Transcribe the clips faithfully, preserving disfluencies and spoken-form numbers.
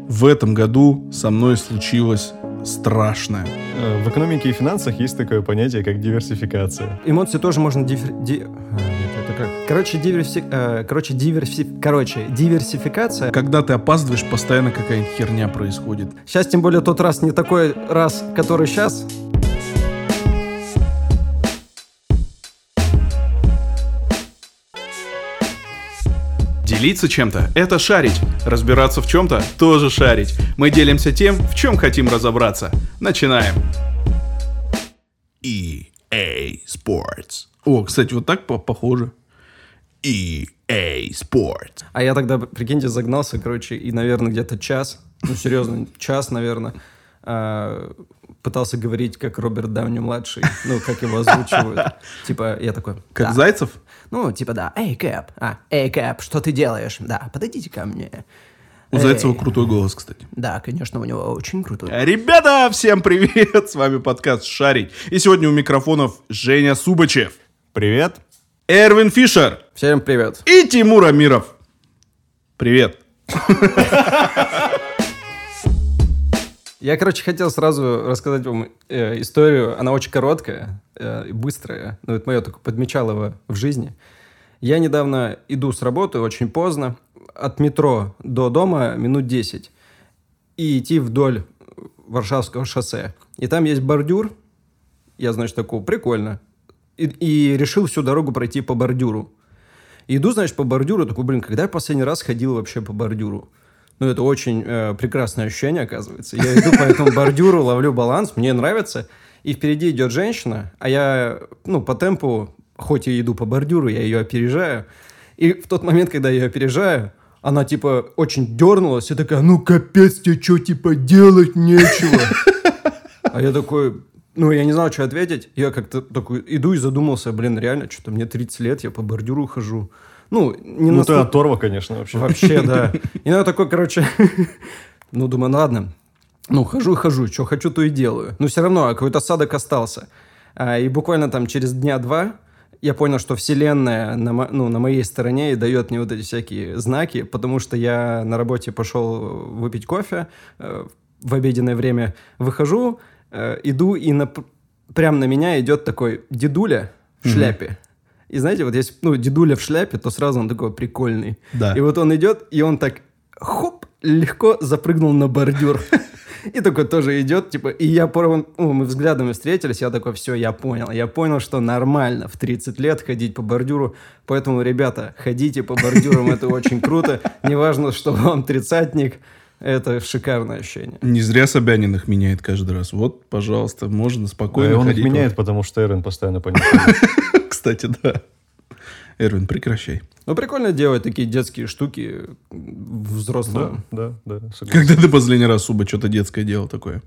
в этом году со мной случилось страшное. В экономике и финансах есть такое понятие, как диверсификация. Эмоции тоже можно... Дифер... Ди... А, нет, это как? Короче, диверси... а, короче, диверси... Короче, диверсификация... Когда ты опаздываешь, постоянно какая-нибудь херня происходит. Сейчас, тем более, тот раз не такой раз, который сейчас... Делиться чем-то – это шарить. Разбираться в чем-то – тоже шарить. Мы делимся тем, в чем хотим разобраться. Начинаем. и эй Sports. О, кстати, вот так похоже. и эй Sports. А я тогда, прикиньте, загнался, короче, и, наверное, где-то час, ну, серьезно, час, наверное, пытался говорить, как Роберт Дауни-младший, ну, как его озвучивают. Типа, я такой... Как да. Зайцев? Ну, типа, да, эй, Кэп, а, эй, Кэп, что ты делаешь? Да, подойдите ко мне. У эй. Зайцева крутой голос, кстати. Да, конечно, у него очень крутой. Ребята, всем привет! С вами подкаст «Шарить». И сегодня у микрофонов Женя Субачев. Привет. Эрвин Фишер. Всем привет. И Тимур Амиров. Привет. Я, короче, хотел сразу рассказать вам э, историю. Она очень короткая э, и быстрая. Ну, это мое только подмечалово в жизни. Я недавно иду с работы очень поздно. От метро до дома минут десять. И идти вдоль Варшавского шоссе. И там есть бордюр. Я, значит, такой, прикольно. И, и решил всю дорогу пройти по бордюру. И иду, значит, по бордюру. Такой, блин, когда я последний раз ходил вообще по бордюру? Ну, это очень э, прекрасное ощущение, оказывается. Я иду по этому бордюру, ловлю баланс, мне нравится. И впереди идет женщина, а я, ну, по темпу, хоть и иду по бордюру, я ее опережаю. И в тот момент, когда я ее опережаю, она, типа, очень дернулась и такая, ну, капец, тебе что, типа, делать нечего? А я такой, ну, я не знал, что ответить. Я как-то такой иду и задумался, блин, реально, что-то мне тридцать лет, я по бордюру хожу. Ну, не ну настолько... ты оторва, конечно, вообще. Вообще, да. И я такой, короче, ну, думаю, ну, ладно. Ну, хожу и хожу, что хочу, то и делаю. Но все равно какой-то осадок остался. А, и буквально там через дня два я понял, что вселенная на, мо... ну, на моей стороне и дает мне вот эти всякие знаки, потому что я на работе пошел выпить кофе, э, в обеденное время выхожу, э, иду, и на... прямо на меня идет такой дедуля в шляпе. Mm-hmm. И знаете, вот если, ну, дедуля в шляпе, то сразу он такой прикольный. Да. И вот он идет, и он так, хоп, легко запрыгнул на бордюр. И такой тоже идет, типа, и я, ну, мы взглядами встретились, я такой, все, я понял. Я понял, что нормально в тридцать лет ходить по бордюру. Поэтому, ребята, ходите по бордюрам, это очень круто. Неважно, что вам тридцатник, это шикарное ощущение. Не зря Собянин их меняет каждый раз. Вот, пожалуйста, можно спокойно ходить. Он ходить. их меняет, потому что Эрвин постоянно по ним. Кстати, да. Эрвин, прекращай. Ну, прикольно делать такие детские штуки взрослым. Да, да, да. Когда ты последний раз, Суба, что-то детское делал такое?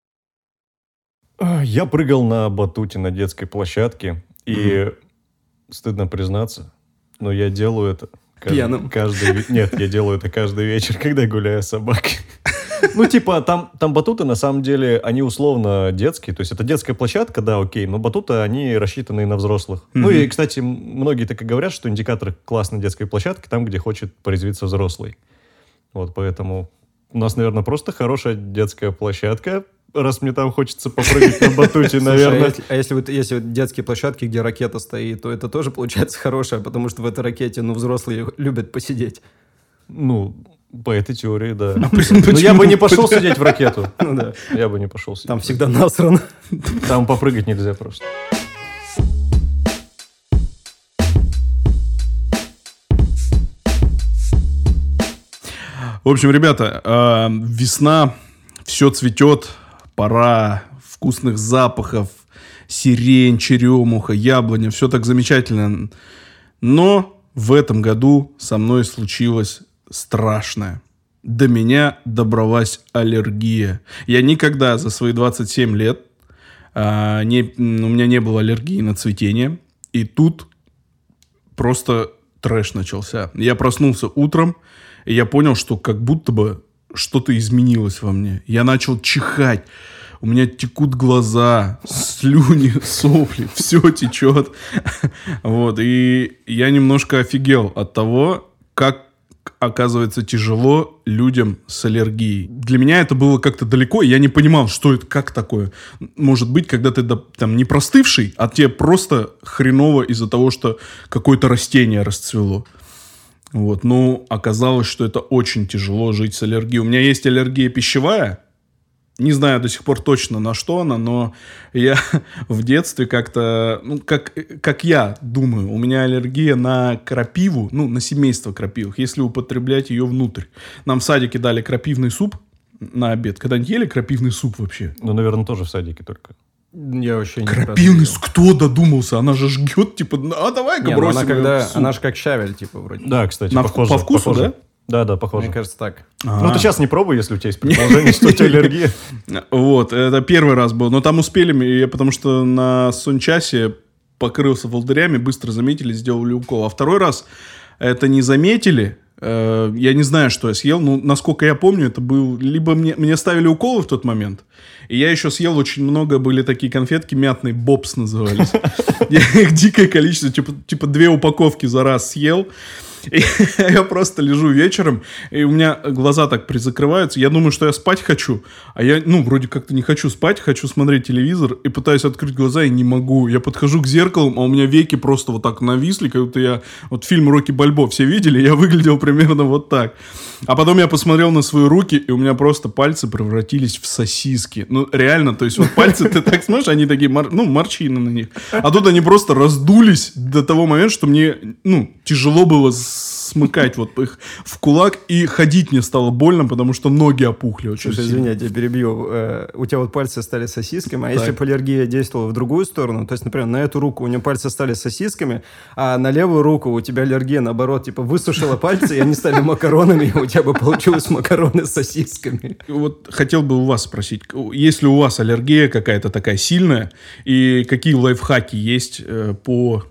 Я прыгал на батуте на детской площадке. И, mm-hmm. стыдно признаться, но я делаю это... Каждый, Пьяным. Каждый, нет, я делаю это каждый вечер, когда гуляю с собакой. Ну, типа, там, там батуты, на самом деле, они условно детские. То есть, это детская площадка, да, окей, но батуты, они рассчитаны на взрослых. Mm-hmm. Ну, и, кстати, многие так и говорят, что индикатор классной детской площадки там, где хочет порезвиться взрослый. Вот, поэтому у нас, наверное, просто хорошая детская площадка, раз мне там хочется попрыгать на батуте, наверное. А если вот если детские площадки, где ракета стоит, то это тоже получается хорошее, потому что в этой ракете, ну, взрослые любят посидеть. Ну, по этой теории, да. Но я бы не пошел сидеть в ракету. Ну да. Я бы не пошел сидеть. Там всегда насрано. Там попрыгать нельзя просто. В общем, ребята, э, весна, все цветет, пора вкусных запахов, сирень, черемуха, яблоня, все так замечательно. Но в этом году со мной случилось страшное. До меня добралась аллергия. Я никогда за свои двадцать семь лет э, не, у меня не было аллергии на цветение. И тут просто трэш начался. Я проснулся утром, и я понял, что как будто бы что-то изменилось во мне. Я начал чихать. У меня текут глаза, слюни, сопли, все течет. Вот. И я немножко офигел от того, как оказывается, тяжело людям с аллергией. Для меня это было как-то далеко, и я не понимал, что это, как такое может быть, когда ты там не простывший, а тебе просто хреново из-за того, что какое-то растение расцвело. Вот. Ну, оказалось, что это очень тяжело жить с аллергией. У меня есть аллергия пищевая. Не знаю до сих пор точно, на что она, но я в детстве как-то, ну, как, как я думаю, у меня аллергия на крапиву, ну, на семейство крапивых, если употреблять ее внутрь. Нам в садике дали крапивный суп на обед. Когда-нибудь ели крапивный суп вообще? Ну, наверное, тоже в садике только. Я вообще не Крапивный суп? Кто додумался? Она же жгет, типа, а давай-ка не, бросим она, когда, суп. она же как щавель, типа, вроде. Да, кстати, на, похоже. По вкусу, похоже. да? Да, да, похоже. Мне кажется, так. А-а-а. Ну, ты сейчас не пробуй, если у тебя есть предположение, что у тебя аллергия. Вот, это первый раз был. Но там успели, я потому что на сончасе покрылся волдырями, быстро заметили, сделали укол. А второй раз это не заметили. Я не знаю, что я съел. Ну, насколько я помню, это был... Либо мне, мне ставили уколы в тот момент, и я еще съел очень много, были такие конфетки мятные, бобс назывались. Их дикое количество, типа, типа две упаковки за раз съел. И я просто лежу вечером, и у меня глаза так призакрываются. Я думаю, что я спать хочу, а я, ну, вроде как-то не хочу спать, хочу смотреть телевизор, и пытаюсь открыть глаза, и не могу. Я подхожу к зеркалу, а у меня веки просто вот так нависли, как будто я... Вот фильм «Рокки Бальбо» все видели, я выглядел примерно вот так. А потом я посмотрел на свои руки, и у меня просто пальцы превратились в сосиски. Ну, реально, то есть вот пальцы, ты так смотришь, они такие, ну, морщины на них. А тут они просто раздулись до того момента, что мне, ну, тяжело было смыкать вот их в кулак, и ходить мне стало больно, потому что ноги опухли очень Слушай, сильно. извини, я тебя перебью. Э, у тебя вот пальцы стали сосисками, а Так. если бы аллергия действовала в другую сторону, то есть, например, на эту руку у нее пальцы стали сосисками, а на левую руку у тебя аллергия, наоборот, типа высушила пальцы, и они стали макаронами, и у тебя бы получилось макароны с сосисками. Вот хотел бы у вас спросить, есть ли у вас аллергия какая-то такая сильная, и какие лайфхаки есть э, по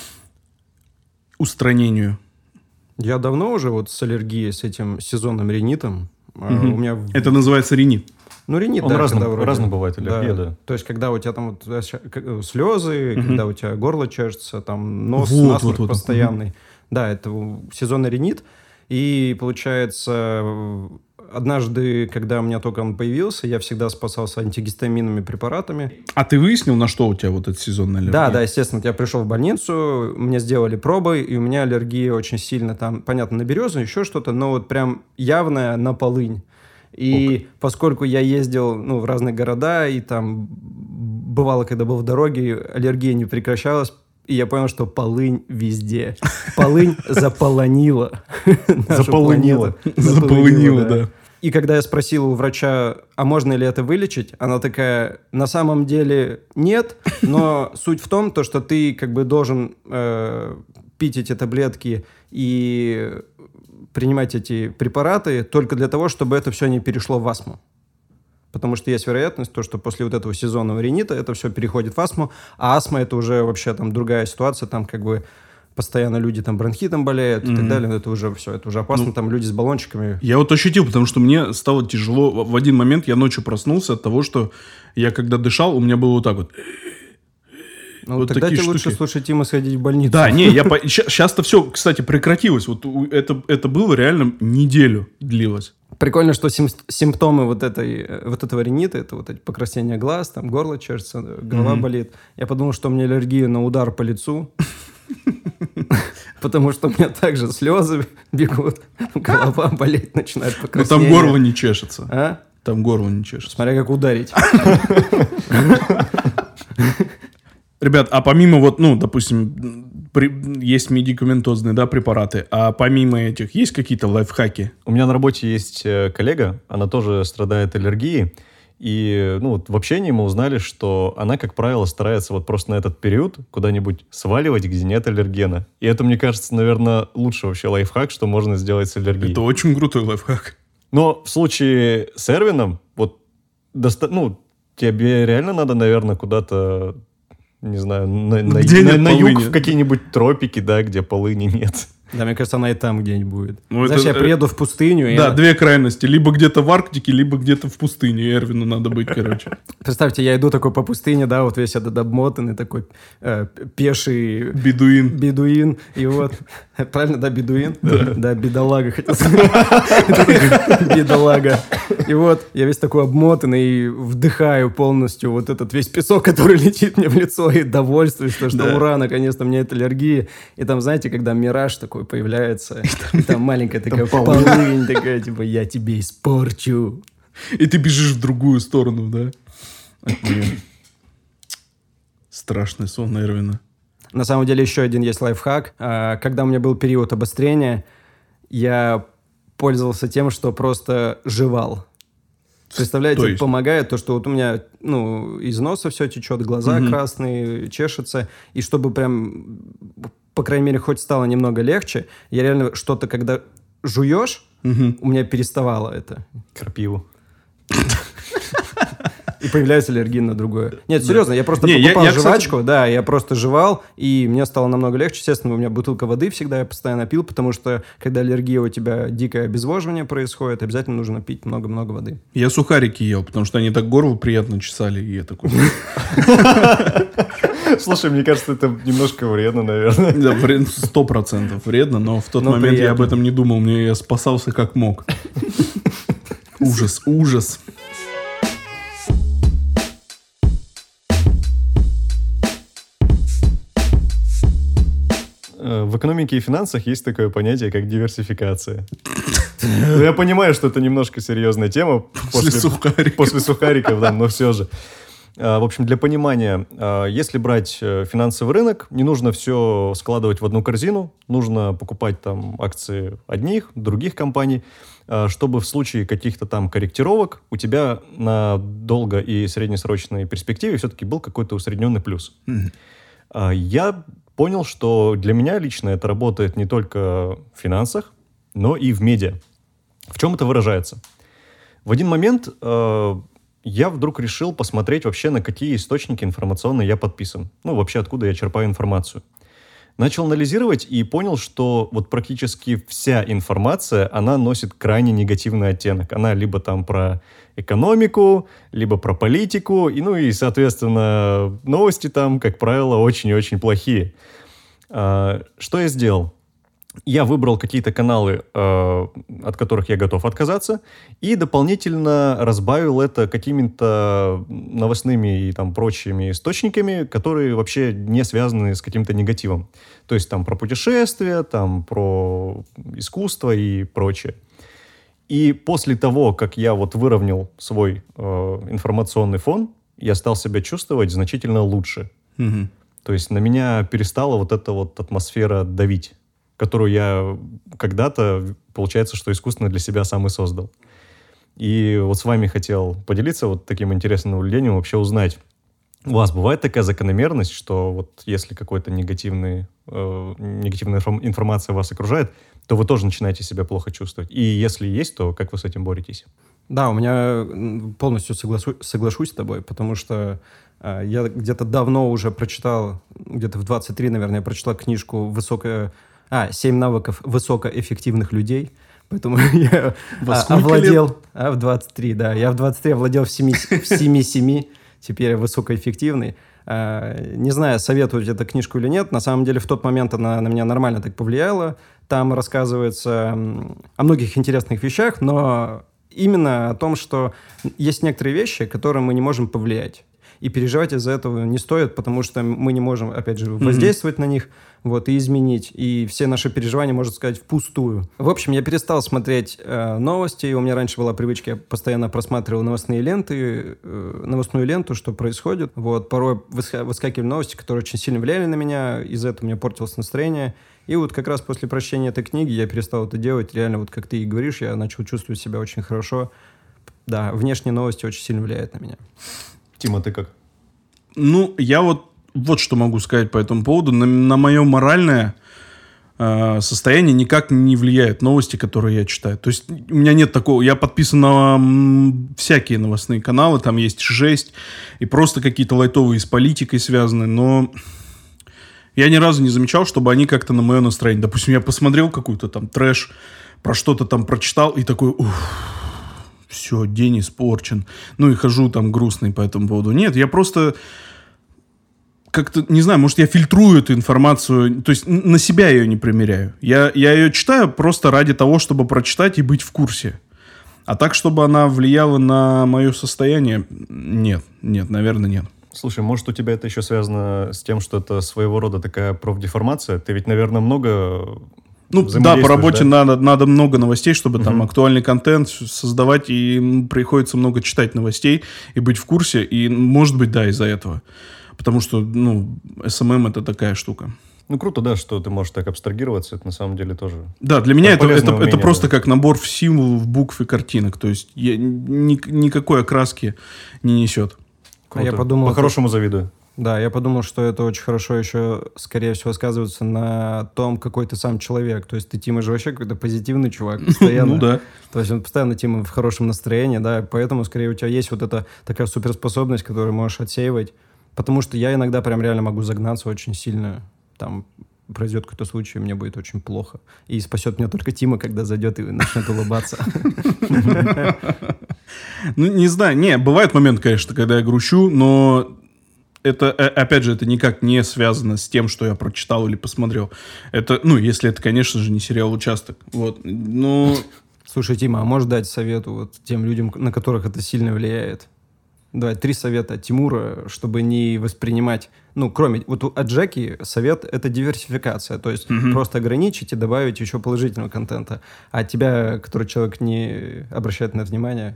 устранению? Я давно уже вот с аллергией, с этим сезонным ринитом. Угу. У меня... Это называется ринит. Ну, ринит, Он да, разным, когда вроде... разным бывает аллергия, да. да. То есть, когда у тебя там вот слезы, угу. когда у тебя горло чешется, там нос, вот, насморк вот, вот, постоянный. Угу. Да, это сезонный ринит. И, получается, однажды, когда у меня только он появился, я всегда спасался антигистаминными препаратами. А ты выяснил, на что у тебя вот эта сезонная аллергия? Да, да, естественно. Я пришел в больницу, мне сделали пробы, и у меня аллергия очень сильно там, понятно, на березу, еще что-то, но вот прям явная на полынь. И Ок. поскольку я ездил, ну, в разные города, и там бывало, когда был в дороге, аллергия не прекращалась, и я понял, что полынь везде. Полынь заполонила. Заполонила. Заполонила, да. И когда я спросил у врача, а можно ли это вылечить, она такая, на самом деле нет, но суть в том, то, что ты как бы должен э, пить эти таблетки и принимать эти препараты только для того, чтобы это все не перешло в астму. Потому что есть вероятность, то, что после вот этого сезонного ринита это все переходит в астму, а астма это уже вообще там другая ситуация, там как бы постоянно люди там бронхитом болеют mm-hmm. и так далее, это уже все, это уже опасно, ну, там люди с баллончиками. Я вот ощутил, потому что мне стало тяжело, в один момент я ночью проснулся от того, что я когда дышал, у меня было вот так вот. Ну, вот тогда тебе штуки. лучше слушать Тима сходить в больницу. Да, не, я по... сейчас-то все, кстати, прекратилось. Вот это, это было реально неделю длилось. Прикольно, что сим- симптомы вот, этой, вот этого ринита, это вот эти покраснения глаз, там горло чешется, голова mm-hmm. болит. Я подумал, что у меня аллергия на удар по лицу, потому что у меня также слезы бегут, голова болеть начинает, покраснение. Но там горло не чешется. А? Там горло не чешется. Смотря как ударить. Ребят, а помимо вот, ну, допустим, при, есть медикаментозные, да, препараты, а помимо этих есть какие-то лайфхаки? У меня на работе есть коллега, она тоже страдает аллергией, и, ну, вот в общении мы узнали, что она, как правило, старается вот просто на этот период куда-нибудь сваливать, где нет аллергена. И это, мне кажется, наверное, лучший вообще лайфхак, что можно сделать с аллергией. Это очень крутой лайфхак. Но в случае с Эрвином, вот, доста- ну, тебе реально надо, наверное, куда-то... Не знаю, на, на, на, на юг в какие-нибудь тропики, да, где полыни нет. Да, мне кажется, она и там где-нибудь будет. Ну, Знаешь, это- я приеду в пустыню. и Да, я- две крайности. Либо где-то в Арктике, либо где-то в пустыне. Эрвину надо быть, короче. Представьте, я иду такой по пустыне, да, вот весь этот обмотанный такой э, пеший Бедуин. бедуин. И вот, правильно, да, бедуин? Да, бедолага хотел сказать. Бедолага. И вот я весь такой обмотанный и вдыхаю полностью вот этот весь песок, который летит мне в лицо, и довольствуюсь, что, что Да. ура, наконец-то у меня нет аллергии. И там, знаете, когда мираж такой появляется, и там маленькая такая полынь, такая, типа, я тебе испорчу. И ты бежишь в другую сторону, да? Ай, блин. Страшный сон Эрвина. На самом деле еще один есть лайфхак. А, Когда у меня был период обострения, я пользовался тем, что просто жевал. Представляете, То есть? помогает то, что вот у меня, ну, из носа все течет, глаза Мгм. красные, чешется, и чтобы прям, по крайней мере, хоть стало немного легче, я реально что-то, когда жуешь, Мгм. у меня переставало это. Крапиву. И появляется аллергия на другое. Нет, серьезно, я просто Не, я- покупал я, кстати- жвачку, да, я просто жевал, и мне стало намного легче. Естественно, у меня бутылка воды всегда я постоянно пил, потому что, когда аллергия, у тебя дикое обезвоживание происходит, обязательно нужно пить много-много воды. Я сухарики ел, потому что они так горло приятно чесали. И я такой... Слушай, мне кажется, это немножко вредно, наверное. Да, вред- сто процентов вредно, но в тот Но момент я об приятно. этом не думал. Мне я спасался как мог. Ужас, ужас. Э, В экономике и финансах есть такое понятие, как диверсификация. Ну, я понимаю, что это немножко серьезная тема После сухариков. после сухариков, да, но все же. А, В общем, для понимания, а, если брать э, финансовый рынок, не нужно все складывать в одну корзину, нужно покупать там акции одних, других компаний, а, чтобы в случае каких-то там корректировок у тебя на долго- и среднесрочной перспективе все-таки был какой-то усредненный плюс. Мгм. А, Я понял, что для меня лично это работает не только в финансах, но и в медиа. В чем это выражается? В один момент э, я вдруг решил посмотреть вообще, на какие источники информационные я подписан. Ну, вообще, откуда я черпаю информацию. Начал анализировать и понял, что вот практически вся информация, она носит крайне негативный оттенок. Она либо там про экономику, либо про политику, и, ну и, соответственно, новости там, как правило, очень и очень плохие. А, Что я сделал? Я выбрал какие-то каналы, э, от которых я готов отказаться, и дополнительно разбавил это какими-то новостными и там прочими источниками, которые вообще не связаны с каким-то негативом. То есть там про путешествия, там про искусство и прочее. И после того, как я вот выровнял свой э, информационный фон, я стал себя чувствовать значительно лучше. Мгм. То есть на меня перестала вот эта вот атмосфера давить, которую я когда-то, получается, что искусственно для себя сам и создал. И вот с вами хотел поделиться вот таким интересным наблюдением, вообще узнать, у вас бывает такая закономерность, что вот если какой-то негативный, э, негативная информ- информация вас окружает, то вы тоже начинаете себя плохо чувствовать? И если есть, то как вы с этим боретесь? Да, у меня м, полностью согласу- соглашусь с тобой, потому что э, я где-то давно уже прочитал, где-то в двадцать три, наверное, я прочитал книжку «Высокая...» А, «Семь навыков высокоэффективных людей». Поэтому я Во а, сколько овладел... А, в двадцать три, да. Я в двадцать три овладел в семи-семи. Теперь я высокоэффективный. А, не знаю, советовать эту книжку или нет. На самом деле, в тот момент она на меня нормально так повлияла. Там рассказывается м, о многих интересных вещах, но именно о том, что есть некоторые вещи, которые мы не можем повлиять. И переживать из-за этого не стоит, потому что мы не можем, опять же, воздействовать на них, вот, и изменить. И все наши переживания, можно сказать, впустую. В общем, я перестал смотреть э, новости. У меня раньше была привычка, я постоянно просматривал новостные ленты, э, новостную ленту, что происходит. Вот, порой выска- выскакивали новости, которые очень сильно влияли на меня. Из-за этого у меня портилось настроение. И вот как раз после прочтения этой книги я перестал это делать. Реально, вот как ты и говоришь, я начал чувствовать себя очень хорошо. Да, внешние новости очень сильно влияют на меня. Тима, ты как? Ну, я вот, вот что могу сказать по этому поводу. На, на мое моральное э, состояние никак не влияют новости, которые я читаю. То есть у меня нет такого... Я подписан на м, всякие новостные каналы, там есть жесть, и просто какие-то лайтовые с политикой связаны, но Я ни разу не замечал, чтобы они как-то на мое настроение... Допустим, я посмотрел какую-то там трэш, про что-то там прочитал, и такой, уф, все, день испорчен. Ну и хожу там грустный по этому поводу. Нет, я просто... как-то, не знаю, может, я фильтрую эту информацию, то есть на себя ее не примеряю. Я, я ее читаю просто ради того, чтобы прочитать и быть в курсе. А так, чтобы она влияла на мое состояние, нет, нет, наверное, нет. Слушай, может, у тебя это еще связано с тем, что это своего рода такая профдеформация? Ты ведь, наверное, много... Ну, да, по работе да? Надо, надо много новостей, чтобы uh-huh. там актуальный контент создавать, и приходится много читать новостей и быть в курсе, и, может быть, да, из-за этого. Потому что, ну, эс эм эм — это такая штука. Ну, круто, да, что ты можешь так абстрагироваться. Это на самом деле тоже... Да, для меня это, это, умение, это просто да. как набор символов, букв и картинок. То есть я, ни, никакой окраски не несет. Круто. А я подумал, по-хорошему это... завидую. Да, я подумал, что это очень хорошо еще, скорее всего, сказывается на том, какой ты сам человек. То есть ты, Тима, же вообще какой-то позитивный чувак постоянно. Ну да. То есть он постоянно, Тима, в хорошем настроении, да, поэтому, скорее, у тебя есть вот эта такая суперспособность, которую можешь отсеивать. Потому что я иногда прям реально могу загнаться очень сильно. Там произойдет какой-то случай, и мне будет очень плохо. И спасет меня только Тима, когда зайдет и начнет улыбаться. Ну, не знаю. Не, бывает момент, конечно, когда я грущу, но это, опять же, это никак не связано с тем, что я прочитал или посмотрел. Это, ну, если это, конечно же, не сериал «Участок». Вот. Но... Слушай, Тима, а можешь дать совет вот тем людям, на которых это сильно влияет? Давай, три совета от Тимура, чтобы не воспринимать... Ну, кроме... Вот от Джеки совет — это диверсификация. То есть mm-hmm. просто ограничить и добавить еще положительного контента. А от тебя, который человек не обращает на это внимание,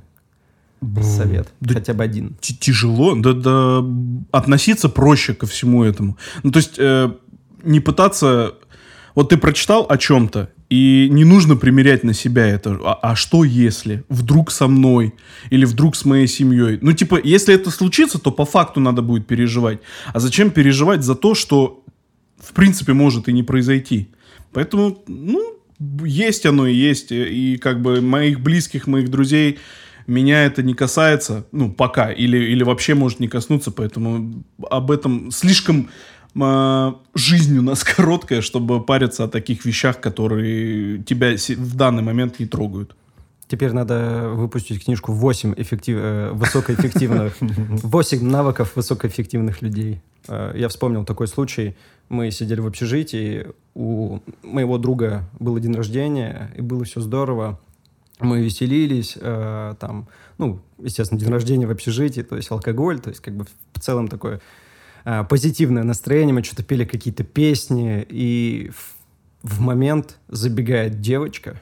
совет. Да хотя бы один. Тяжело. Да, да, относиться проще ко всему этому. Ну, то есть э, не пытаться... Вот ты прочитал о чем-то, и не нужно примерять на себя это. А, а что если? Вдруг со мной? Или вдруг с моей семьей? Ну, типа, если это случится, то по факту надо будет переживать. А зачем переживать за то, что, в принципе, может и не произойти? Поэтому, ну, есть оно и есть. И как бы моих близких, моих друзей, меня это не касается. Ну, пока. Или, или вообще может не коснуться. Поэтому об этом слишком... жизнь у нас короткая, чтобы париться о таких вещах, которые тебя в данный момент не трогают. Теперь надо выпустить книжку восемь эффектив... высокоэффективных... восемь навыков высокоэффективных людей. Я вспомнил такой случай. Мы сидели в общежитии, у моего друга был день рождения, и было все здорово. Мы веселились, там, ну, естественно, день рождения в общежитии, то есть алкоголь, то есть как бы в целом такое... позитивное настроение, мы что-то пели какие-то песни, и в, в момент забегает девочка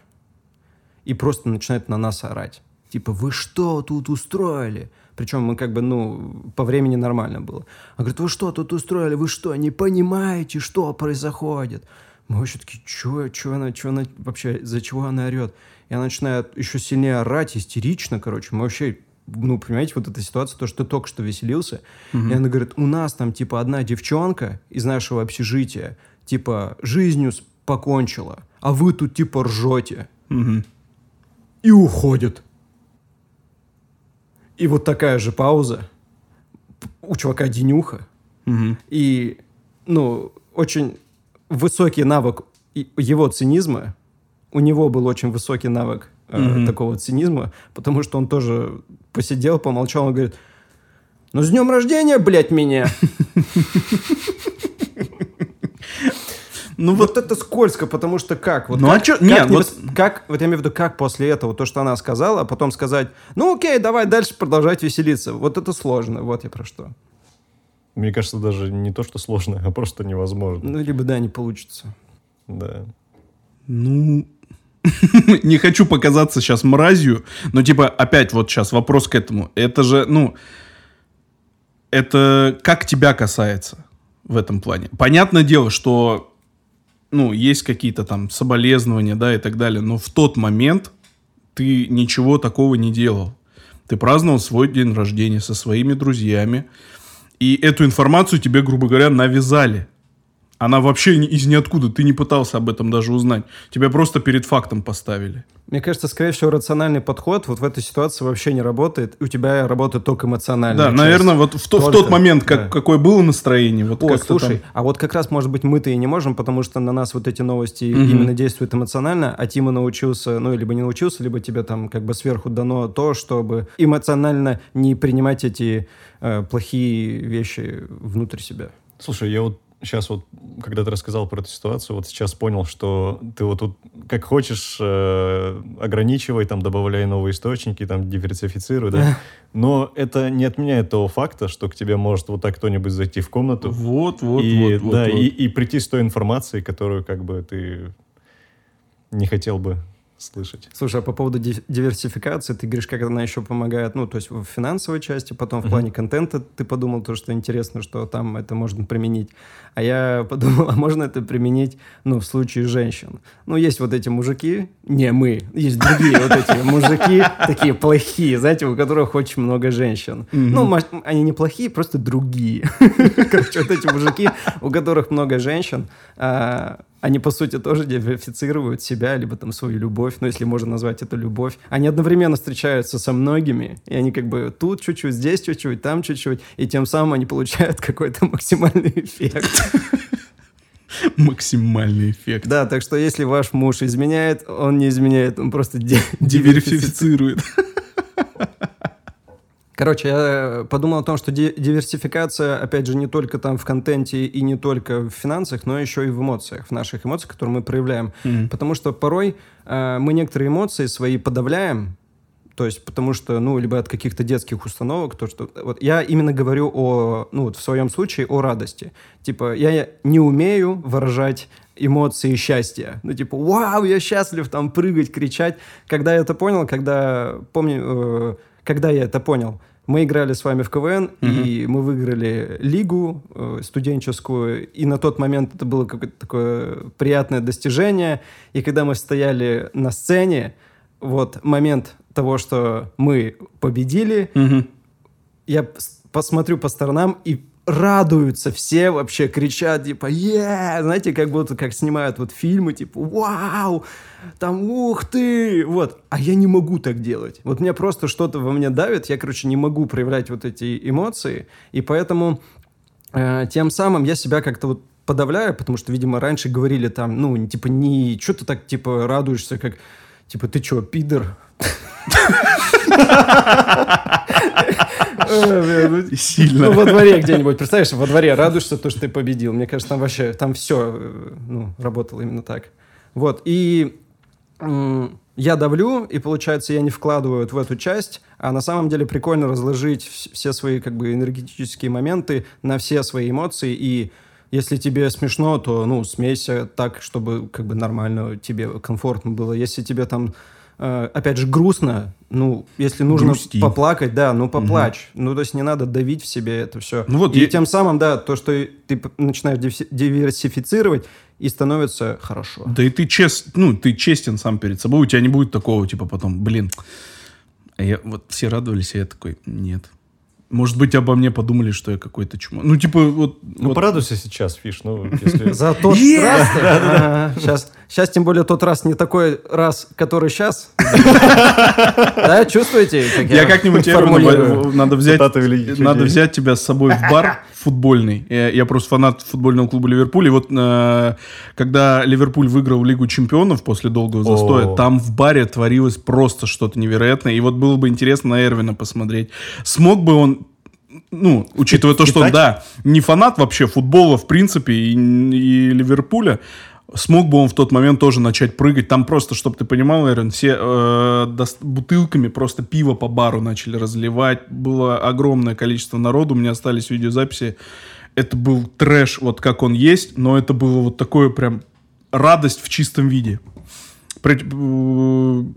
и просто начинает на нас орать. Типа, вы что тут устроили? Причем мы как бы, ну, по времени нормально было. Она говорит, вы что тут устроили? Вы что, не понимаете, что происходит? Мы вообще такие, что, что она, что она вообще, за чего она орет? И она начинает еще сильнее орать, истерично, короче. Мы вообще... Ну, понимаете, вот эта ситуация, то, что ты только что веселился. Mm-hmm. И она говорит, у нас там, типа, одна девчонка из нашего общежития, типа, жизнью покончила, а вы тут, типа, ржете. Mm-hmm. И уходит. И вот такая же пауза. У чувака денюха. Mm-hmm. И, ну, очень высокий навык его цинизма. У него был очень высокий навык Mm-hmm. такого цинизма, потому что он тоже посидел, помолчал, он говорит, ну, с днем рождения, блядь, меня! Ну, вот это скользко, потому что как? Вот ну, как, а что? Как Нет, не вот... вос... как, вот я имею в виду, как после этого, то, что она сказала, а потом сказать, ну, окей, давай дальше продолжать веселиться. Вот это сложно, вот я про что. Мне кажется, даже не то, что сложно, а просто невозможно. Ну, либо, да, не получится. Да. Ну... Не хочу показаться сейчас мразью, но, типа, опять вот сейчас вопрос к этому. Это же, ну, это как тебя касается в этом плане. Понятное дело, что, ну, есть какие-то там соболезнования, да, и так далее, но в тот момент ты ничего такого не делал. Ты праздновал свой день рождения со своими друзьями, и эту информацию тебе, грубо говоря, навязали. Она вообще из ниоткуда. Ты не пытался об этом даже узнать. Тебя просто перед фактом поставили. Мне кажется, скорее всего, рациональный подход вот в этой ситуации вообще не работает. У тебя работает только эмоциональная Да, часть. наверное, вот в, то, в тот момент, как, да. какое было настроение. Вот О, слушай, там... а вот как раз, может быть, мы-то и не можем, потому что на нас вот эти новости угу. именно действуют эмоционально, а Тима научился, ну, либо не научился, либо тебе там как бы сверху дано то, чтобы эмоционально не принимать эти э, плохие вещи внутрь себя. Слушай, я вот сейчас вот, когда ты рассказал про эту ситуацию, вот сейчас понял, что ты вот тут как хочешь э, ограничивай, там, добавляй новые источники, там, диверсифицируй, да, но это не отменяет того факта, что к тебе может вот так кто-нибудь зайти в комнату. Вот, вот, и, вот. Да, вот, и, вот. и прийти с той информацией, которую как бы ты не хотел бы слышать. Слушай, а по поводу диверсификации, ты говоришь, как она еще помогает, ну, то есть в финансовой части, потом в uh-huh. плане контента ты подумал, то, что интересно, что там это можно применить. А я подумал, а можно это применить, ну, в случае женщин. Ну, есть вот эти мужики, не мы, есть другие вот эти мужики, такие плохие, знаете, у которых очень много женщин. Ну, они не плохие, просто другие. Короче, вот эти мужики, у которых много женщин, они, по сути, тоже диверсифицируют себя, либо там свою любовь, ну, если можно назвать это любовь. Они одновременно встречаются со многими, и они как бы тут чуть-чуть, здесь чуть-чуть, там чуть-чуть, и тем самым они получают какой-то максимальный эффект. Максимальный эффект. Да, так что если ваш муж изменяет, он не изменяет, он просто диверсифицирует. Короче, я подумал о том, что диверсификация, опять же, не только там в контенте и не только в финансах, но еще и в эмоциях, в наших эмоциях, которые мы проявляем. Mm-hmm. Потому что порой э, мы некоторые эмоции свои подавляем, то есть потому что, ну, либо от каких-то детских установок, то, что... Вот я именно говорю о, ну, вот в своем случае о радости. Типа, я не умею выражать эмоции счастья. Ну, типа, вау, я счастлив, там, прыгать, кричать. Когда я это понял, когда, помню... Э, Когда я это понял, мы играли с вами в КВН, mm-hmm. и мы выиграли лигу э, студенческую, и на тот момент это было какое-то такое приятное достижение. И когда мы стояли на сцене, вот момент того, что мы победили, mm-hmm. я посмотрю по сторонам, и радуются все, вообще кричат, типа, е, знаете, как будто как снимают вот фильмы, типа, вау, там, ух ты, вот. А я не могу так делать. Вот меня просто что-то во мне давит, я, короче, не могу проявлять вот эти эмоции, и поэтому э, тем самым я себя как-то вот подавляю, потому что, видимо, раньше говорили там, ну, типа, не, что ты так, типа, радуешься, как, типа, ты что, пидор? Сильно. Ну, во дворе где-нибудь, представляешь, во дворе радуешься, то, что ты победил. Мне кажется, там вообще, там все, ну, работало именно так. Вот, и м- я давлю, и, получается, я не вкладываю вот в эту часть, а на самом деле прикольно разложить в- все свои, как бы, энергетические моменты на все свои эмоции, и если тебе смешно, то, ну, смейся так, чтобы, как бы, нормально тебе комфортно было. Если тебе там опять же, грустно, ну, если нужно Грусти. поплакать, да, ну, поплачь. Угу. Ну, то есть не надо давить в себе это все. Ну, вот и я... тем самым, да, то, что ты начинаешь диверсифицировать, и становится хорошо. Да и ты, чест... ну, ты честен сам перед собой, у тебя не будет такого, типа, потом, блин, а я... вот все радовались, а я такой, нет. Может быть, обо мне подумали, что я какой-то чума. Ну, типа, вот... Ну, вот... порадуйся сейчас, Фиш, ну, если... За тот раз... Сейчас, тем более, тот раз не такой раз, который сейчас. Да, чувствуете? Я как-нибудь формулирую. Надо взять тебя с собой в бар футбольный. Я просто фанат футбольного клуба «Ливерпуль». И вот когда Ливерпуль выиграл Лигу чемпионов после долгого застоя, там в баре творилось просто что-то невероятное. И вот было бы интересно на Эрвина посмотреть. Смог бы он, ну, учитывая то, что он, да, не фанат вообще футбола, в принципе, и, и Ливерпуля, смог бы он в тот момент тоже начать прыгать. Там просто, чтобы ты понимал, Эрвин, все э, до, бутылками просто пиво по бару начали разливать. Было огромное количество народу, у меня остались видеозаписи. Это был трэш, вот как он есть, но это было вот такое прям радость в чистом виде.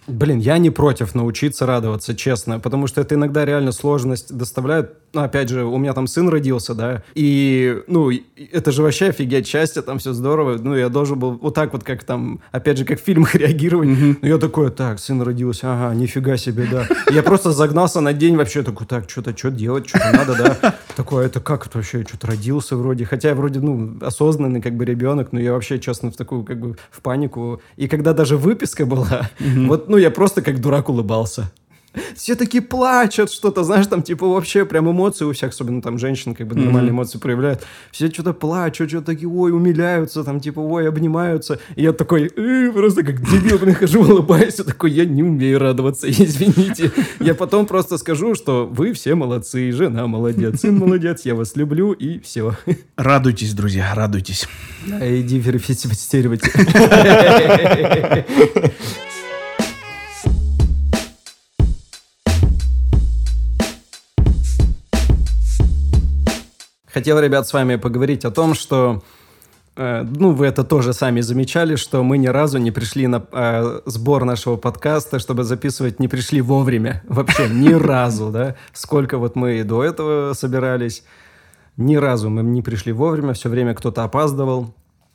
Блин, я не против научиться радоваться, честно, потому что это иногда реально сложность доставляет. Ну, опять же, у меня там сын родился, да, и, ну, это же вообще офигеть, счастье, там все здорово. Ну, я должен был вот так вот, как там, опять же, как в фильмах реагировать. Mm-hmm. Ну, я такой, так, сын родился, ага, нифига себе, да. Я просто загнался на день вообще, такой, так, что-то, что делать, что-то надо, да. Такой, это как это вообще, что-то родился вроде. Хотя я вроде, ну, осознанный как бы ребенок, но я вообще, честно, в такую, как бы, в панику. И когда даже выписка была, mm-hmm. вот, ну, я просто как дурак улыбался. Все такие плачут, что-то, знаешь, там, типа, вообще прям эмоции у всех, особенно там женщины, как бы, нормальные mm-hmm. эмоции проявляют. Все что-то плачут, что-то такие, ой, умиляются, там, типа, ой, обнимаются. И я такой, э, просто как дебил, блин, хожу, улыбаюсь, и такой, я не умею радоваться, извините. Я потом просто скажу, что вы все молодцы, жена молодец, сын молодец, я вас люблю, и все. Радуйтесь, друзья, радуйтесь. Да, иди верифицировать. Хотел, ребят, с вами поговорить о том, что, э, ну, вы это тоже сами замечали, что мы ни разу не пришли на э, сбор нашего подкаста, чтобы записывать, не пришли вовремя. Вообще ни разу, да? Сколько вот мы до этого собирались, ни разу мы не пришли вовремя, все время кто-то опаздывал.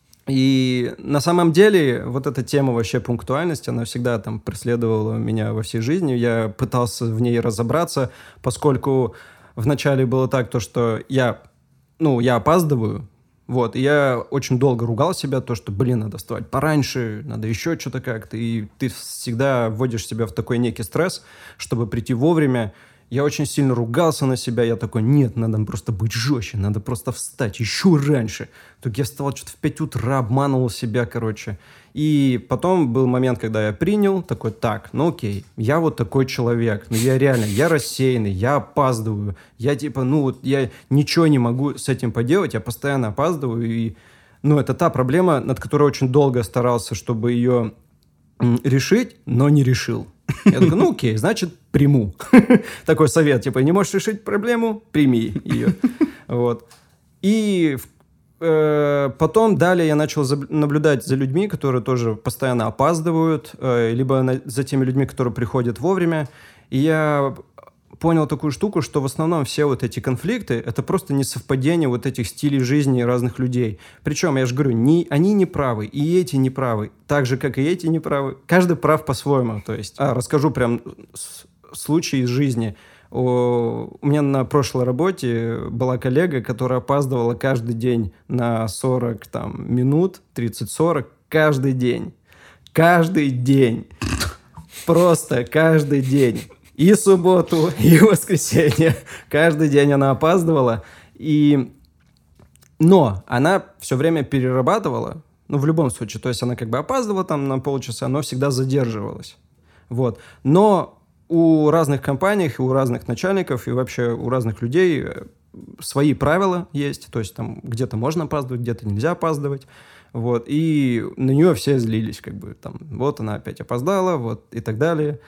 И на самом деле вот эта тема вообще пунктуальности, она всегда там преследовала меня во всей жизни. Я пытался в ней разобраться, поскольку вначале было так, то, что я... Ну, я опаздываю, вот, и я очень долго ругал себя, то, что, блин, надо вставать пораньше, надо еще что-то как-то, и ты всегда вводишь себя в такой некий стресс, чтобы прийти вовремя. Я очень сильно ругался на себя, я такой, нет, надо просто быть жестче, надо просто встать еще раньше. Так я вставал что-то в пять утра, обманывал себя, короче. И потом был момент, когда я принял, такой, так, ну окей, я вот такой человек, ну я реально, я рассеянный, я опаздываю, я типа, ну вот я ничего не могу с этим поделать, я постоянно опаздываю, и, ну это та проблема, над которой очень долго старался, чтобы ее м, решить, но не решил. Я такой, ну окей, значит, приму. Такой совет, типа, не можешь решить проблему, прими ее. Вот. И э, потом далее я начал за, наблюдать за людьми, которые тоже постоянно опаздывают, э, либо на, за теми людьми, которые приходят вовремя. И я понял такую штуку, что в основном все вот эти конфликты — это просто несовпадение вот этих стилей жизни разных людей. Причем, я же говорю, не, они не правы, и эти не правы, так же, как и эти не правы. Каждый прав по-своему. То есть, а, расскажу прям случай из жизни. У, у меня на прошлой работе была коллега, которая опаздывала каждый день на сорок там, минут, тридцать-сорок, каждый день. Каждый день. Просто каждый день. И субботу, и воскресенье. Каждый день она опаздывала. И... Но она все время перерабатывала. Ну, в любом случае. То есть она как бы опаздывала там на полчаса, но всегда задерживалась. Вот. Но у разных компаний, у разных начальников и вообще у разных людей свои правила есть. То есть там где-то можно опаздывать, где-то нельзя опаздывать. Вот. И на нее все злились. Как бы там, вот она опять опоздала, вот и так далее.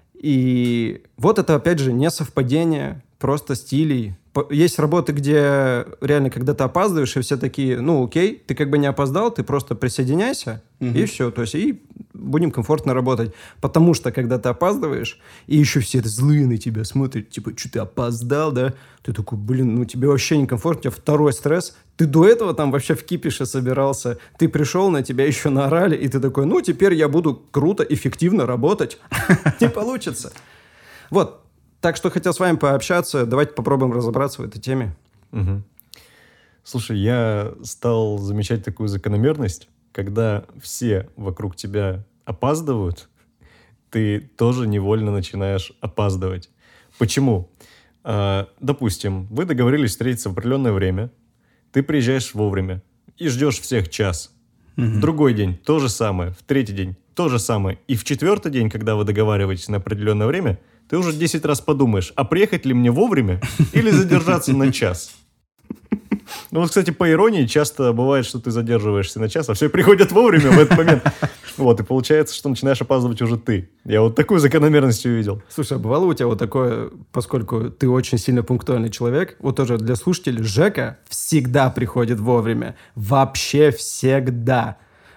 И вот это, опять же, не совпадение просто стилей. Есть работы, где реально, когда ты опаздываешь, и все такие, ну, окей, ты как бы не опоздал, ты просто присоединяйся, угу. и все. То есть, и будем комфортно работать. Потому что, когда ты опаздываешь, и еще все злые на тебя смотрят, типа, что ты опоздал, да? Ты такой, блин, ну, тебе вообще некомфортно, у тебя второй стресс. Ты до этого там вообще в кипише собирался. Ты пришел, на тебя еще наорали, и ты такой, ну, теперь я буду круто, эффективно работать. Не получится. Вот. Так что хотел с вами пообщаться. Давайте попробуем разобраться в этой теме. Угу. Слушай, я стал замечать такую закономерность, когда все вокруг тебя опаздывают, ты тоже невольно начинаешь опаздывать. Почему? А, допустим, вы договорились встретиться в определенное время, ты приезжаешь вовремя и ждешь всех час. Угу. В другой день то же самое, в третий день то же самое. И в четвертый день, когда вы договариваетесь на определенное время, ты уже десять раз подумаешь, а приехать ли мне вовремя или задержаться на час? Ну вот, кстати, по иронии, часто бывает, что ты задерживаешься на час, а все приходят вовремя в этот момент. Вот, и получается, что начинаешь опаздывать уже ты. Я вот такую закономерность увидел. Слушай, а бывало у тебя вот такое, поскольку ты очень сильно пунктуальный человек, вот тоже для слушателей, Жека всегда приходит вовремя. Вообще всегда.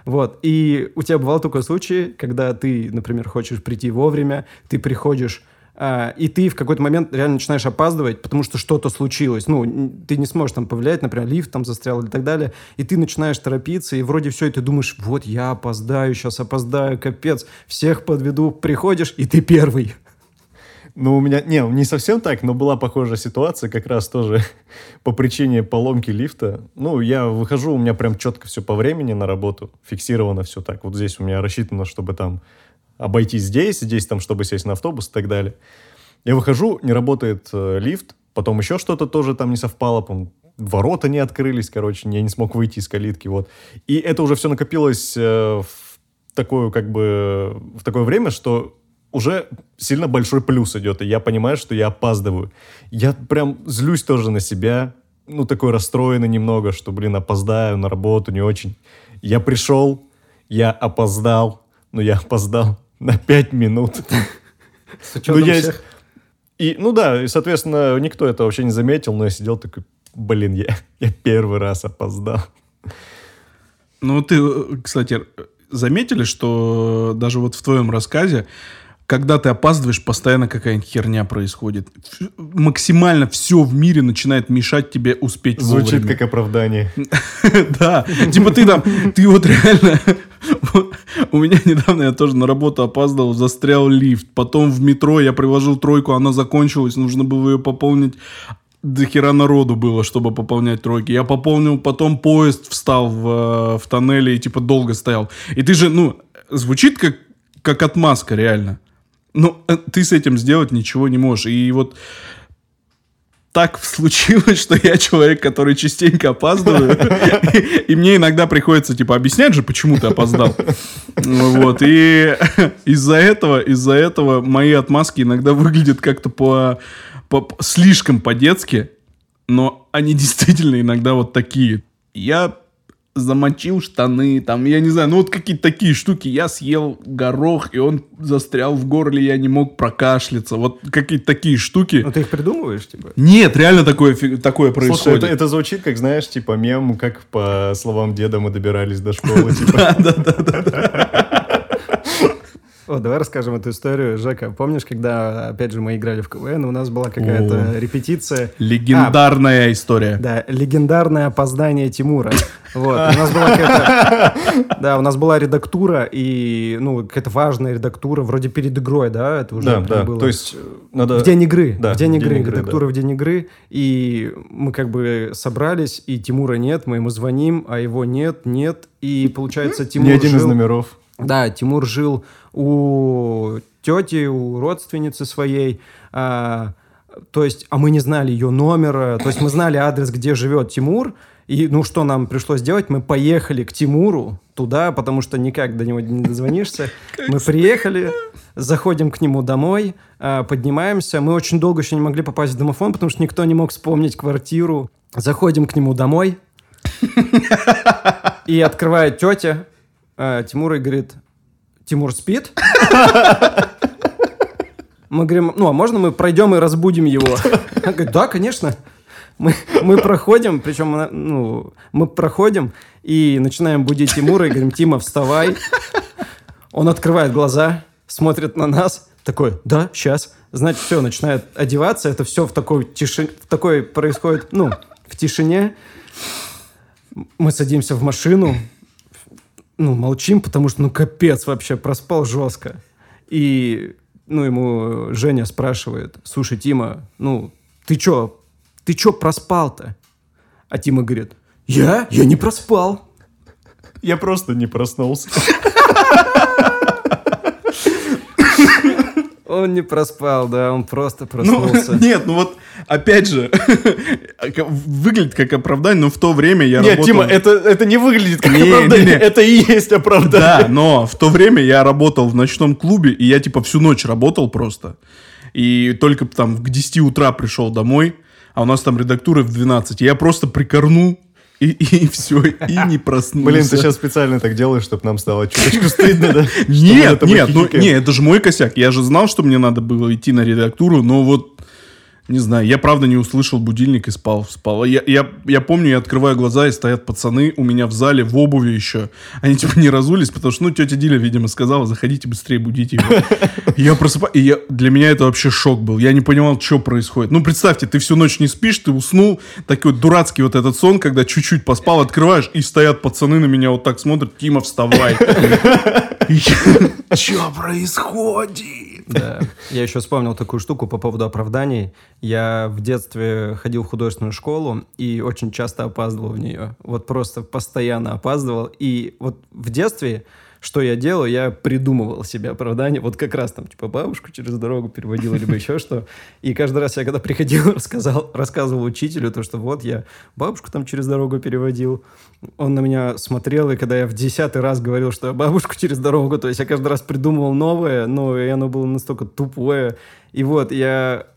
Вот. И у тебя бывал такой случай, когда ты, например, хочешь прийти вовремя, ты приходишь, а, и ты в какой-то момент реально начинаешь опаздывать, потому что что-то случилось. Ну, ты не сможешь там повлиять, например, лифт там застрял и так далее. И ты начинаешь торопиться, и вроде все, и ты думаешь, вот я опоздаю, сейчас опоздаю, капец, всех подведу. Приходишь, и ты первый. Ну, у меня, не, не совсем так, но была похожая ситуация, как раз тоже по причине поломки лифта. Ну, я выхожу, у меня прям четко все по времени на работу, фиксировано все так. Вот здесь у меня рассчитано, чтобы там обойти здесь, здесь там, чтобы сесть на автобус и так далее. Я выхожу, не работает э, лифт, потом еще что-то тоже там не совпало, по-моему, ворота не открылись, короче, я не смог выйти из калитки, вот. И это уже все накопилось э, в такое, как бы, в такое время, что уже сильно большой плюс идет, и я понимаю, что я опаздываю. Я прям злюсь тоже на себя, ну, такой расстроенный немного, что, блин, опоздаю на работу, не очень. Я пришел, я опоздал, но я опоздал на пять минут. С учетом ну, я... всех. И, ну да, и, соответственно, никто это вообще не заметил, но я сидел такой, блин, я, я первый раз опоздал. Ну, ты, кстати, заметили, что даже вот в твоем рассказе, когда ты опаздываешь, постоянно какая-нибудь херня происходит. Максимально все в мире начинает мешать тебе успеть вовремя. Звучит как оправдание. Да, типа ты там, ты вот реально... У меня недавно я тоже на работу опаздывал, застрял лифт. Потом в метро я приложил тройку, она закончилась, нужно было ее пополнить. До хера народу было, чтобы пополнять тройки. Я пополнил, потом поезд встал в, в тоннеле и типа долго стоял. И ты же, ну, звучит как, как отмазка реально. Но ты с этим сделать ничего не можешь. И вот так случилось, что я человек, который частенько опаздываю. И, и мне иногда приходится, типа, объяснять же, почему ты опоздал. Вот. И из-за этого, из-за этого мои отмазки иногда выглядят как-то по, по, слишком по-детски. Но они действительно иногда вот такие. Я замочил штаны, там, я не знаю, ну вот какие-то такие штуки. Я съел горох, и он застрял в горле, я не мог прокашляться. Вот какие-то такие штуки. Ну ты их придумываешь, типа? Нет, реально такое, такое происходит. Слушай, это, это звучит, как, знаешь, типа мем, как по словам деда мы добирались до школы. Да, да, да, да. О, давай расскажем эту историю. Жека, помнишь, когда, опять же, мы играли в КВН, у нас была какая-то О, репетиция... Легендарная а, история. Да, легендарное опоздание Тимура. Вот, у нас была какая-то... Да, у нас была редактура, и, ну, какая-то важная редактура, вроде перед игрой, да? Это уже да, да, было... то есть надо... В день игры, да, в день игры, день игры редактура да. в день игры, и мы как бы собрались, и Тимура нет, мы ему звоним, а его нет, нет, и получается Тимур Ни один жил... из номеров. Да, Тимур жил у тети, у родственницы своей, а, то есть, а мы не знали ее номера, то есть мы знали адрес, где живет Тимур, и, ну, что нам пришлось делать? Мы поехали к Тимуру туда, потому что никак до него не дозвонишься. Мы приехали, заходим к нему домой, а, поднимаемся, мы очень долго еще не могли попасть в домофон, потому что никто не мог вспомнить квартиру. Заходим к нему домой, и открывает тетя, А, Тимур и говорит, Тимур спит? Мы говорим, ну, а можно мы пройдем и разбудим его? Он говорит, да, конечно. Мы, мы проходим, причем, ну, мы проходим и начинаем будить Тимура и говорим, Тима, вставай. Он открывает глаза, смотрит на нас, такой, да, сейчас. Значит, все, начинает одеваться, это все в такой тишине, в такой происходит, ну, в тишине. Мы садимся в машину, ну, молчим, потому что, ну, капец вообще, проспал жестко. И, ну, ему Женя спрашивает, слушай, Тима, ну, ты чё, ты чё проспал-то? А Тима говорит, я? Я не проспал. Я просто не проснулся. Он не проспал, да, он просто проснулся. Ну, нет, ну вот, опять же, выглядит как оправдание, но в то время я нет, работал... Тима, это, это не выглядит как не, оправдание, не, не. Это и есть оправдание. Да, но в то время я работал в ночном клубе, и я типа всю ночь работал просто. И только там к десяти утра пришел домой, а у нас там редактура в двенадцать. И я просто прикорнул, и, и все, и не проснулся. Блин, ты сейчас специально так делаешь, чтобы нам стало чуточку стыдно, да? Нет, нет, ну, нет, это же мой косяк. Я же знал, что мне надо было идти на редактуру, но вот Не знаю, я правда не услышал будильник и спал, спал. Я, я, я помню, я открываю глаза, и стоят пацаны у меня в зале в обуви еще. Они типа не разулись, потому что, ну, тетя Диля, видимо, сказала, заходите быстрее, будите его. Я просыпаюсь, и я, для меня это вообще шок был. Я не понимал, что происходит. Ну, представьте, ты всю ночь не спишь, ты уснул, такой вот дурацкий вот этот сон, когда чуть-чуть поспал, открываешь, и стоят пацаны на меня вот так смотрят, Тима, вставай. Что происходит? Да. Я еще вспомнил такую штуку по поводу оправданий. Я в детстве ходил в художественную школу и очень часто опаздывал в нее. Вот просто постоянно опаздывал. И вот в детстве, что я делал, я придумывал себе оправдание. Вот как раз там, типа, бабушку через дорогу переводил, либо еще что. И каждый раз я, когда приходил, рассказал, рассказывал учителю, то, что вот я бабушку там через дорогу переводил. Он на меня смотрел, и когда я в десятый раз говорил, что я бабушку через дорогу, то есть я каждый раз придумывал новое, но и оно было настолько тупое. И вот я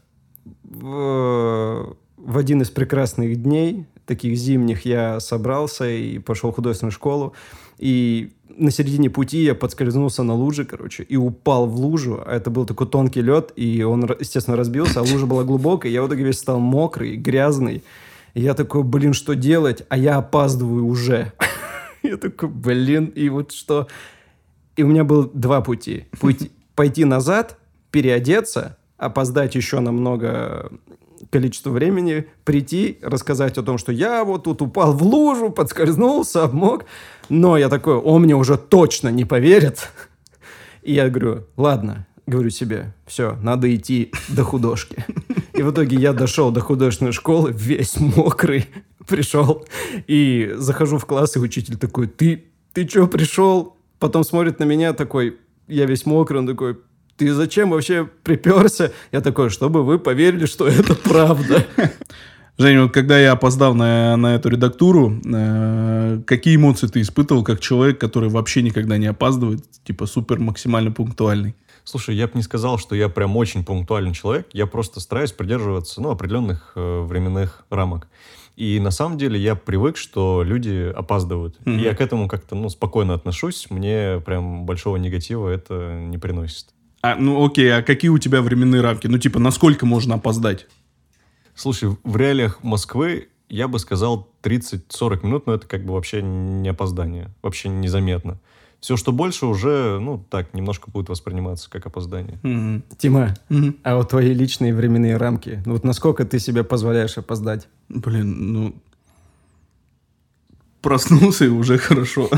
в, в один из прекрасных дней, таких зимних, я собрался и пошел в художественную школу. И на середине пути я подскользнулся на луже, короче, и упал в лужу. А это был такой тонкий лед, и он, естественно, разбился, а лужа была глубокая. Я в итоге весь стал мокрый, грязный. И я такой, блин, что делать? А я опаздываю уже. Я такой, блин, и вот что? И у меня было два пути. Путь пойти назад, переодеться, опоздать еще намного количество времени, прийти, рассказать о том, что я вот тут упал в лужу, подскользнулся, обмок. Но я такой, он мне уже точно не поверит. И я говорю, ладно, говорю себе, все, надо идти до художки. И в итоге я дошел до художественной школы, весь мокрый, пришел. И захожу в класс, и учитель такой, ты, ты что пришел? Потом смотрит на меня такой, я весь мокрый, он такой, ты зачем вообще приперся? Я такой, чтобы вы поверили, что это правда. Женя, вот когда я опоздал на, на эту редактуру, э, какие эмоции ты испытывал как человек, который вообще никогда не опаздывает, типа супер максимально пунктуальный? Слушай, я бы не сказал, что я прям очень пунктуальный человек. Я просто стараюсь придерживаться, ну, определенных э, временных рамок. И на самом деле я привык, что люди опаздывают. Mm-hmm. И я к этому как-то, ну, спокойно отношусь. Мне прям большого негатива это не приносит. А, ну, окей, а какие у тебя временные рамки? Ну, типа, насколько можно опоздать? Слушай, в реалиях Москвы я бы сказал тридцать-сорок минут, но это как бы вообще не опоздание. Вообще незаметно. Все, что больше, уже, ну, так, немножко будет восприниматься как опоздание. Mm-hmm. Тима, mm-hmm. а вот твои личные временные рамки, ну вот насколько ты себе позволяешь опоздать? Блин, ну... Проснулся и уже хорошо.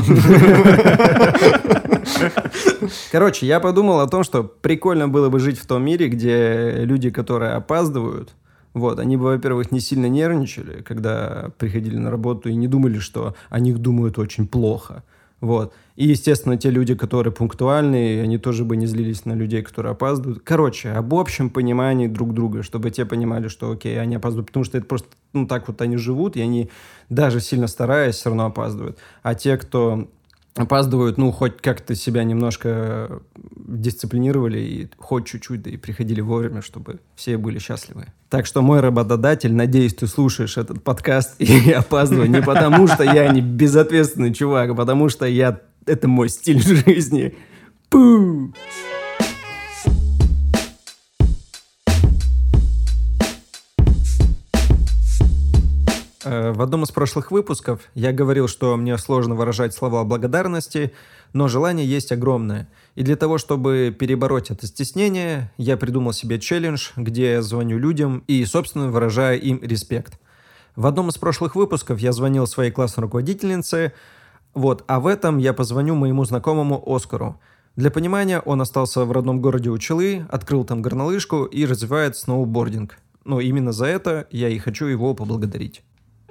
Короче, я подумал о том, что прикольно было бы жить в том мире, где люди, которые опаздывают, вот, они бы, во-первых, не сильно нервничали, когда приходили на работу, и не думали, что о них думают очень плохо. Вот. И, естественно, те люди, которые пунктуальные, они тоже бы не злились на людей, которые опаздывают. Короче, об общем понимании друг друга, чтобы те понимали, что окей, они опаздывают, потому что это просто, ну, так вот они живут, и они, даже сильно стараясь, все равно опаздывают. А те, кто опаздывают, ну, хоть как-то себя немножко дисциплинировали, и хоть чуть-чуть, да и приходили вовремя, чтобы все были счастливы. Так что, мой работодатель, надеюсь, ты слушаешь этот подкаст и опаздывай не потому, что я не безответственный чувак, а потому что я... это мой стиль жизни. Пу! В одном из прошлых выпусков я говорил, что мне сложно выражать слова благодарности, но желание есть огромное. И для того, чтобы перебороть это стеснение, я придумал себе челлендж, где я звоню людям и, собственно, выражаю им респект. В одном из прошлых выпусков я звонил своей классной руководительнице, вот, а в этом я позвоню моему знакомому Оскару. Для понимания, он остался в родном городе Учелы, открыл там горнолыжку и развивает сноубординг. Но именно за это я и хочу его поблагодарить.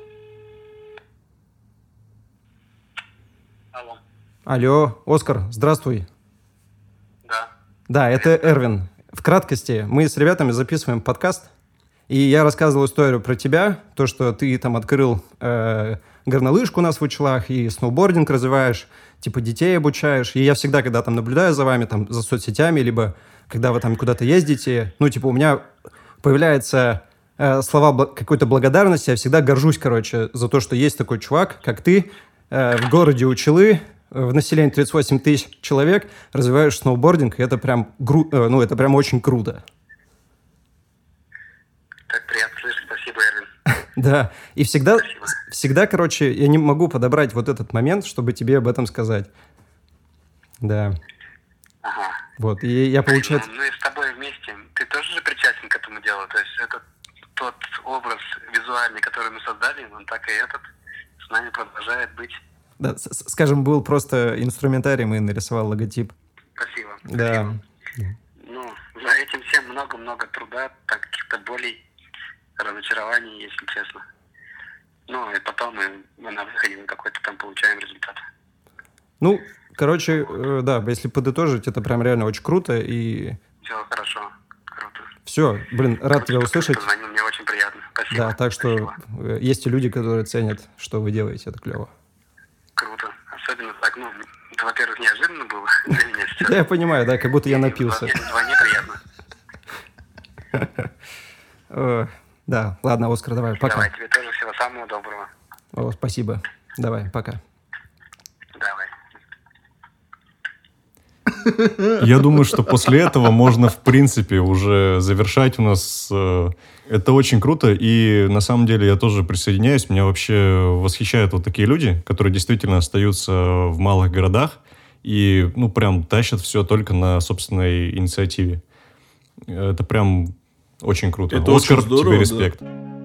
Алло. Алло, Оскар, здравствуй. Да. Да, это Эрвин. В краткости, мы с ребятами записываем подкаст, и я рассказывал историю про тебя, то, что ты там открыл э, горнолыжку у нас в Учелах и сноубординг развиваешь, типа детей обучаешь. И я всегда, когда там наблюдаю за вами, там, за соцсетями, либо когда вы там куда-то ездите, ну, типа, у меня появляются э, слова бл- какой-то благодарности, я всегда горжусь, короче, за то, что есть такой чувак, как ты, э, в городе Учелы, в населении тридцать восемь тысяч человек, развиваешь сноубординг, и это прям, гру- э, ну, это прям очень круто. Так Да, и всегда, всегда, короче, я не могу подобрать вот этот момент, чтобы тебе об этом сказать. Да. Ага. Вот, и я, получается... Ну, мы с тобой вместе, ты тоже же причастен к этому делу, то есть это тот образ визуальный, который мы создали, он так и этот с нами продолжает быть. Да, с- скажем, был просто инструментарий, и нарисовал логотип. Спасибо. Да. Спасибо. Ну, за этим всем много-много труда, так, каких-то болей, разочарований, если честно. Ну, и потом мы, мы на выходе мы какой-то там получаем результат. Ну, короче, э, да, если подытожить, это прям реально очень круто, и... Все хорошо, круто. Все, блин, рад тебя услышать. Позвонил, мне очень приятно. Спасибо. Да, так что Спасибо. Есть и люди, которые ценят, что вы делаете, это клево. Круто. Особенно так, ну, это, во-первых, неожиданно было для меня сейчас. Я понимаю, да, как будто я напился. Вдвойне приятно. Э, Да, ладно, Оскар, давай, пока. Давай, тебе тоже всего самого доброго. О, спасибо. Давай, пока. Давай. Я думаю, что после этого можно, в принципе, уже завершать у нас. э, Это очень круто, и на самом деле я тоже присоединяюсь. Меня вообще восхищают вот такие люди, которые действительно остаются в малых городах и, ну, прям тащат все только на собственной инициативе. Это прям очень круто. Это Оскар, очень здорово, тебе да. респект.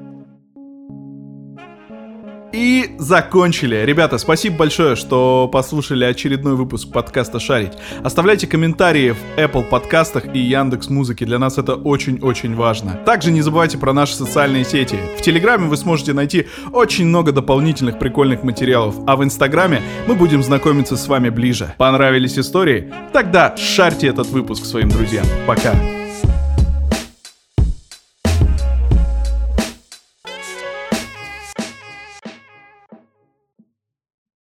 И закончили. Ребята, спасибо большое, что послушали очередной выпуск подкаста «Шарить». Оставляйте комментарии в Apple подкастах и Яндекс.Музыке. Для нас это очень-очень важно. Также не забывайте про наши социальные сети. В Телеграме вы сможете найти очень много дополнительных прикольных материалов, а в Инстаграме мы будем знакомиться с вами ближе. Понравились истории? Тогда шарьте этот выпуск своим друзьям. Пока.